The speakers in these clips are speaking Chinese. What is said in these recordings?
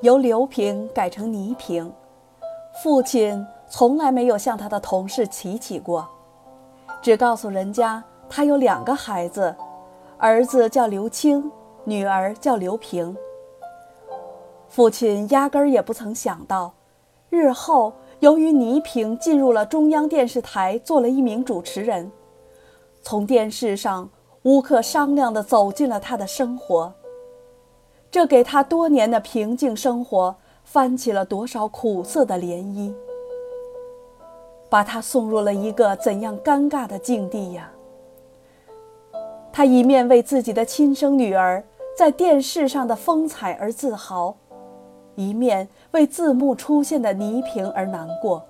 由刘平改成倪萍。父亲从来没有向他的同事提起过，只告诉人家他有2个孩子，儿子叫刘清，女儿叫刘萍。父亲压根儿也不曾想到，日后由于倪萍进入了中央电视台，做了一名主持人，从电视上无可商量地走进了他的生活。这给他多年的平静生活翻起了多少苦涩的涟漪，把他送入了一个怎样尴尬的境地呀！他一面为自己的亲生女儿在电视上的风采而自豪，一面为字幕出现的倪萍而难过。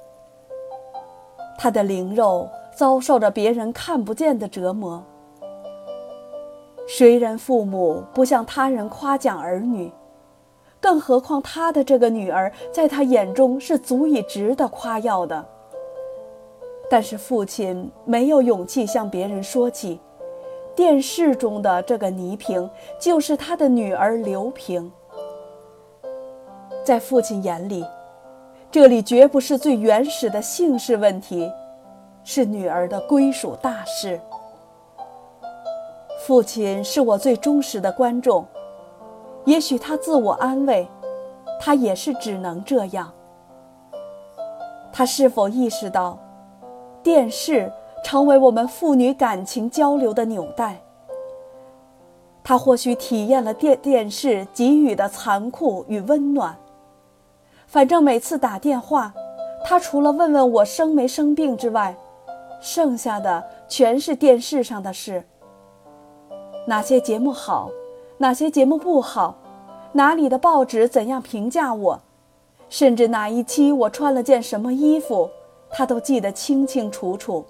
他的灵肉遭受着别人看不见的折磨。谁人父母不向他人夸奖儿女，更何况他的这个女儿在他眼中是足以值得夸耀的。但是父亲没有勇气向别人说起，电视中的这个倪萍就是他的女儿刘萍。在父亲眼里，这里绝不是最原始的姓氏问题，是女儿的归属大事。父亲是我最忠实的观众，也许他自我安慰，他也是只能这样。他是否意识到，电视成为我们父女感情交流的纽带？他或许体验了电视给予的残酷与温暖。反正每次打电话，他除了问问我生没生病之外，剩下的全是电视上的事。哪些节目好，哪些节目不好，哪里的报纸怎样评价我，甚至哪一期我穿了件什么衣服，他都记得清清楚楚。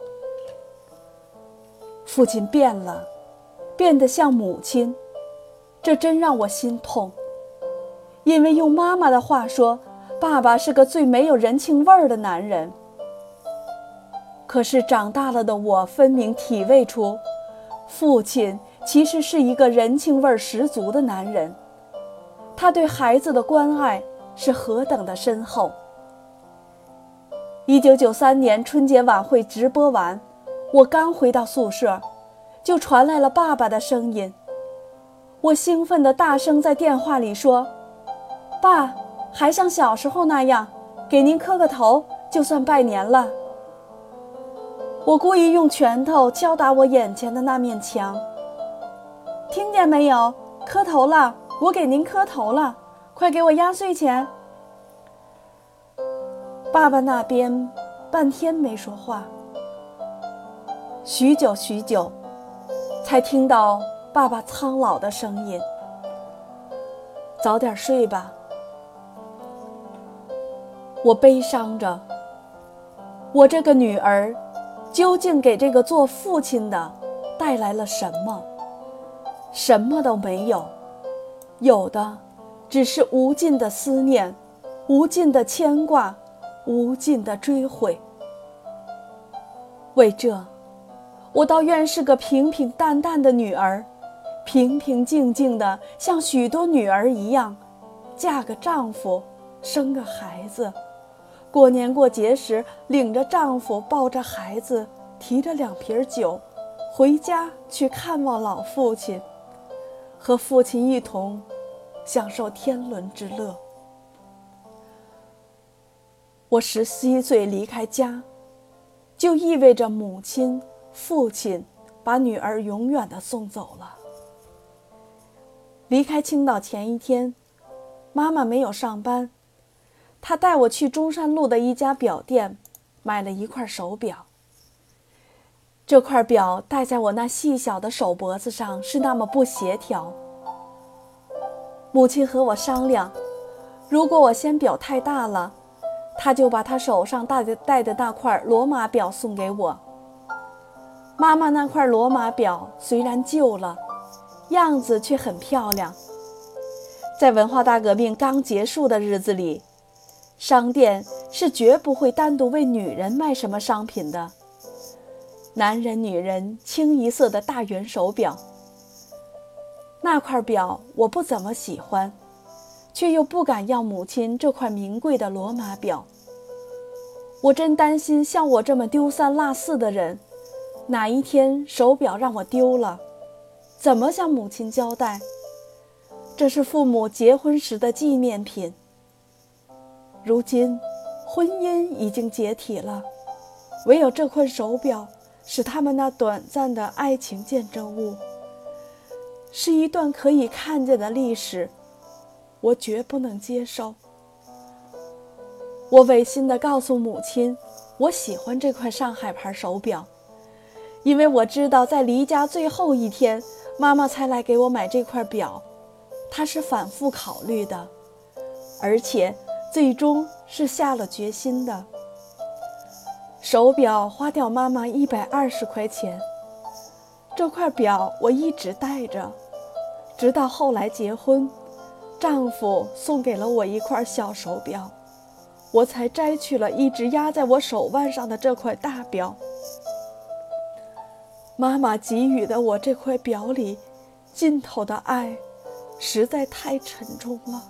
父亲变了，变得像母亲，这真让我心痛。因为用妈妈的话说，爸爸是个最没有人情味儿的男人。可是长大了的我分明体味出，父亲其实是一个人情味十足的男人，他对孩子的关爱是何等的深厚。1993年春节晚会直播完，我刚回到宿舍，就传来了爸爸的声音。我兴奋地大声在电话里说：“爸，还像小时候那样，给您磕个头，就算拜年了。”我故意用拳头敲打我眼前的那面墙。听见没有？磕头了，我给您磕头了，快给我压岁钱。爸爸那边半天没说话，许久许久，才听到爸爸苍老的声音：“早点睡吧。”我悲伤着，我这个女儿究竟给这个做父亲的带来了什么？什么都没有，有的只是无尽的思念，无尽的牵挂，无尽的追悔。为这，我倒愿是个平平淡淡的女儿，平平静静的像许多女儿一样，嫁个丈夫，生个孩子，过年过节时领着丈夫，抱着孩子，提着2瓶酒，回家去看望老父亲，和父亲一同享受天伦之乐。我17岁离开家，就意味着母亲、父亲把女儿永远地送走了。离开青岛前一天，妈妈没有上班，她带我去中山路的一家表店，买了一块手表。这块表戴在我那细小的手脖子上是那么不协调。母亲和我商量，如果我嫌表太大了，她就把她手上戴的那块罗马表送给我。妈妈那块罗马表虽然旧了，样子却很漂亮。在文化大革命刚结束的日子里，商店是绝不会单独为女人卖什么商品的。男人女人清一色的大圆手表。那块表我不怎么喜欢， 却又不敢要母亲这块名贵的罗马表。我真担心像我这么丢三落四的人，哪一天手表让我丢了，怎么向母亲交代？这是父母结婚时的纪念品。如今婚姻已经解体了，唯有这块手表是他们那短暂的爱情见证物，是一段可以看见的历史，我绝不能接受。我违心地告诉母亲，我喜欢这块上海牌手表，因为我知道在离家最后一天，妈妈才来给我买这块表，她是反复考虑的，而且最终是下了决心的。手表花掉妈妈120块钱，这块表我一直戴着，直到后来结婚，丈夫送给了我一块小手表，我才摘去了一直压在我手腕上的这块大表。妈妈给予的我这块表里尽头的爱，实在太沉重了。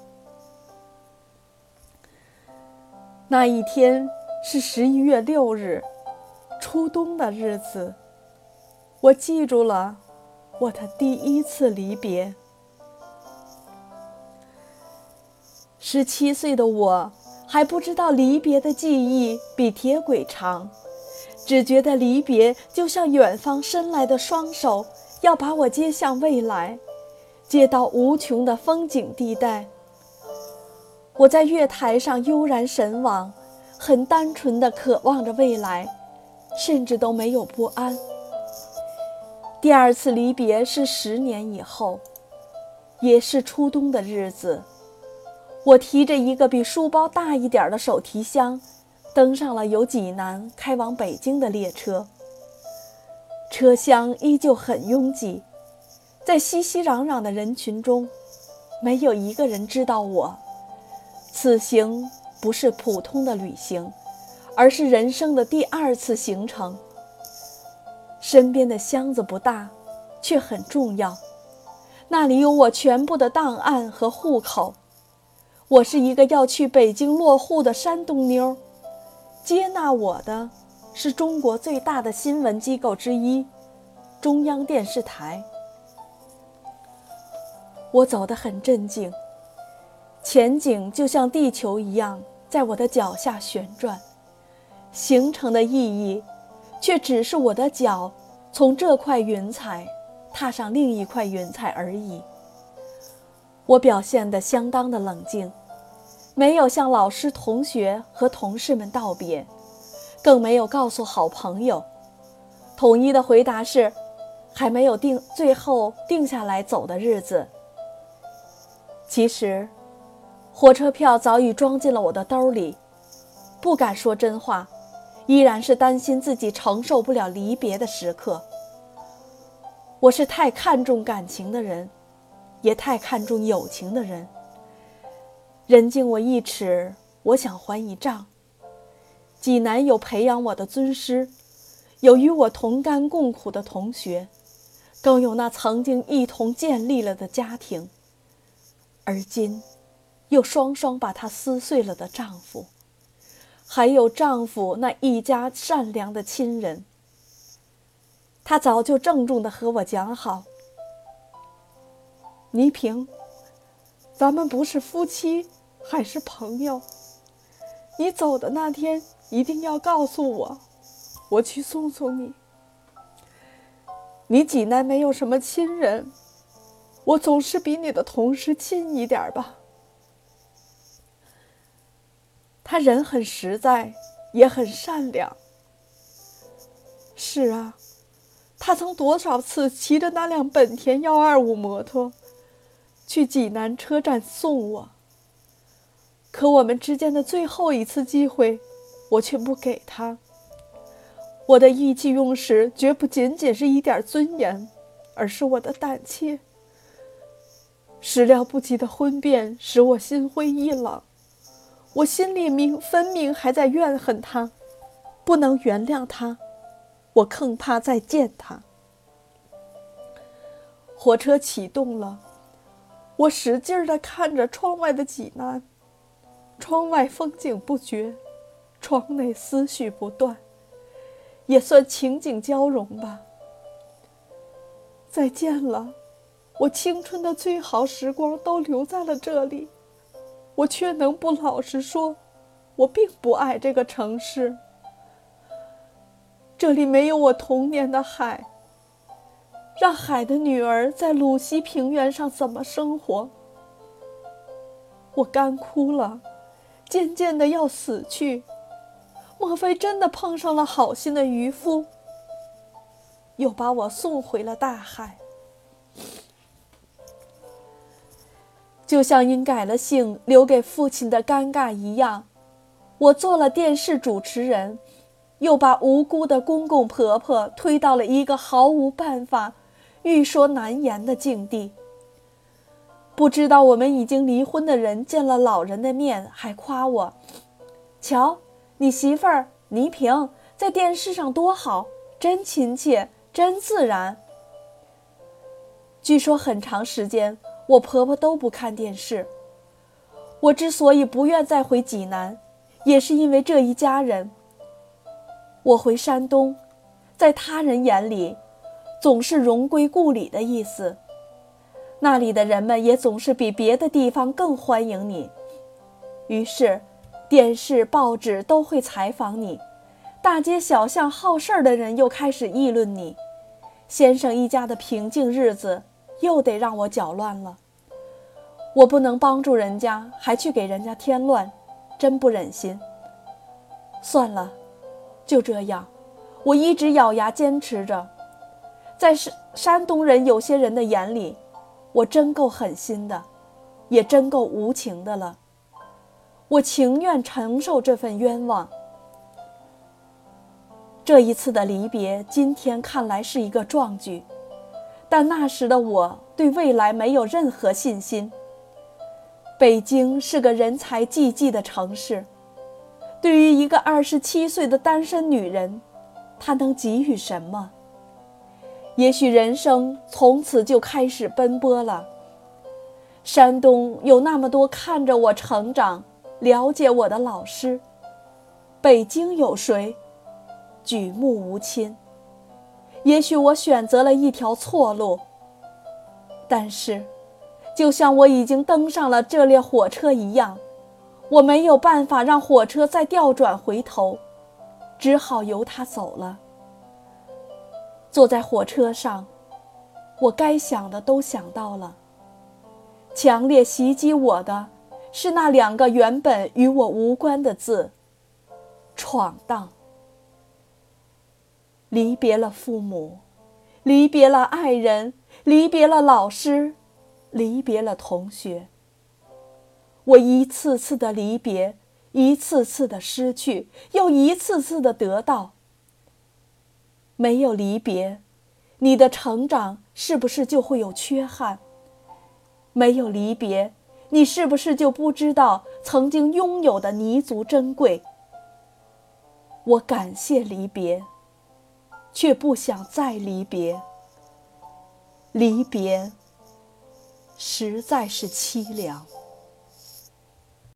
那一天是11月6日，初冬的日子，我记住了我的第一次离别。17岁的我还不知道离别的记忆比铁轨长，只觉得离别就像远方伸来的双手，要把我接向未来，接到无穷的风景地带。我在月台上悠然神往，很单纯地渴望着未来，甚至都没有不安。第二次离别是10年以后，也是初冬的日子，我提着一个比书包大一点的手提箱，登上了由济南开往北京的列车。车厢依旧很拥挤，在熙熙攘攘的人群中，没有一个人知道我。此行不是普通的旅行，而是人生的第2次行程。身边的箱子不大，却很重要，那里有我全部的档案和户口。我是一个要去北京落户的山东妞，接纳我的是中国最大的新闻机构之一，中央电视台。我走得很镇静，前景就像地球一样在我的脚下旋转，行程的意义却只是我的脚从这块云彩踏上另一块云彩而已。我表现得相当的冷静，没有向老师、同学和同事们道别，更没有告诉好朋友。统一的回答是，还没有最后定下来走的日子。其实火车票早已装进了我的兜里，不敢说真话，依然是担心自己承受不了离别的时刻。我是太看重感情的人，也太看重友情的人。人敬我1尺，我想还1丈。济南有培养我的尊师，有与我同甘共苦的同学，更有那曾经一同建立了的家庭，而今又双双把它撕碎了的丈夫，还有丈夫那一家善良的亲人。他早就郑重地和我讲好，倪萍，咱们不是夫妻，还是朋友。你走的那天一定要告诉我，我去送送你。你济南没有什么亲人，我总是比你的同事亲一点吧。他人很实在，也很善良。是啊，他曾多少次骑着那辆本田125摩托去济南车站送我，可我们之间的最后一次机会，我却不给他。我的意气用事绝不仅仅是一点尊严，而是我的胆怯。始料不及的婚变使我心灰意冷，我心里分明还在怨恨他，不能原谅他，我更怕再见他。火车启动了， 我使劲地看着窗外的济南，窗外风景不绝，窗内思绪不断，也算情景交融吧。再见了，我青春的最好时光都留在了这里，我却能不老实说，我并不爱这个城市。这里没有我童年的海，让海的女儿在鲁西平原上怎么生活？我干枯了，渐渐的要死去。莫非真的碰上了好心的渔夫，又把我送回了大海？就像因改了姓留给父亲的尴尬一样，我做了电视主持人，又把无辜的公公婆婆推到了一个毫无办法、欲说难言的境地。不知道我们已经离婚的人见了老人的面，还夸我：瞧，你媳妇儿倪萍在电视上多好，真亲切，真自然。据说很长时间我婆婆都不看电视。我之所以不愿再回济南，也是因为这一家人。我回山东，在他人眼里总是荣归故里的意思，那里的人们也总是比别的地方更欢迎你。于是电视报纸都会采访你，大街小巷好事的人又开始议论你，先生一家的平静日子又得让我搅乱了。我不能帮助人家，还去给人家添乱，真不忍心。算了，就这样，我一直咬牙坚持着。在山东人有些人的眼里，我真够狠心的，也真够无情的了。我情愿承受这份冤枉。这一次的离别，今天看来是一个壮举，但那时的我对未来没有任何信心。北京是个人才济济的城市，对于一个27岁的单身女人，她能给予什么？也许人生从此就开始奔波了。山东有那么多看着我成长、了解我的老师，北京有谁？举目无亲。也许我选择了一条错路，但是就像我已经登上了这列火车一样，我没有办法让火车再调转回头，只好由它走了。坐在火车上，我该想的都想到了。强烈袭击我的是那2个原本与我无关的字：闯荡。离别了父母，离别了爱人，离别了老师，离别了同学。我一次次的离别，一次次的失去，又一次次的得到。没有离别，你的成长是不是就会有缺憾？没有离别，你是不是就不知道曾经拥有的弥足珍贵？我感谢离别，却不想再离别。离别实在是凄凉。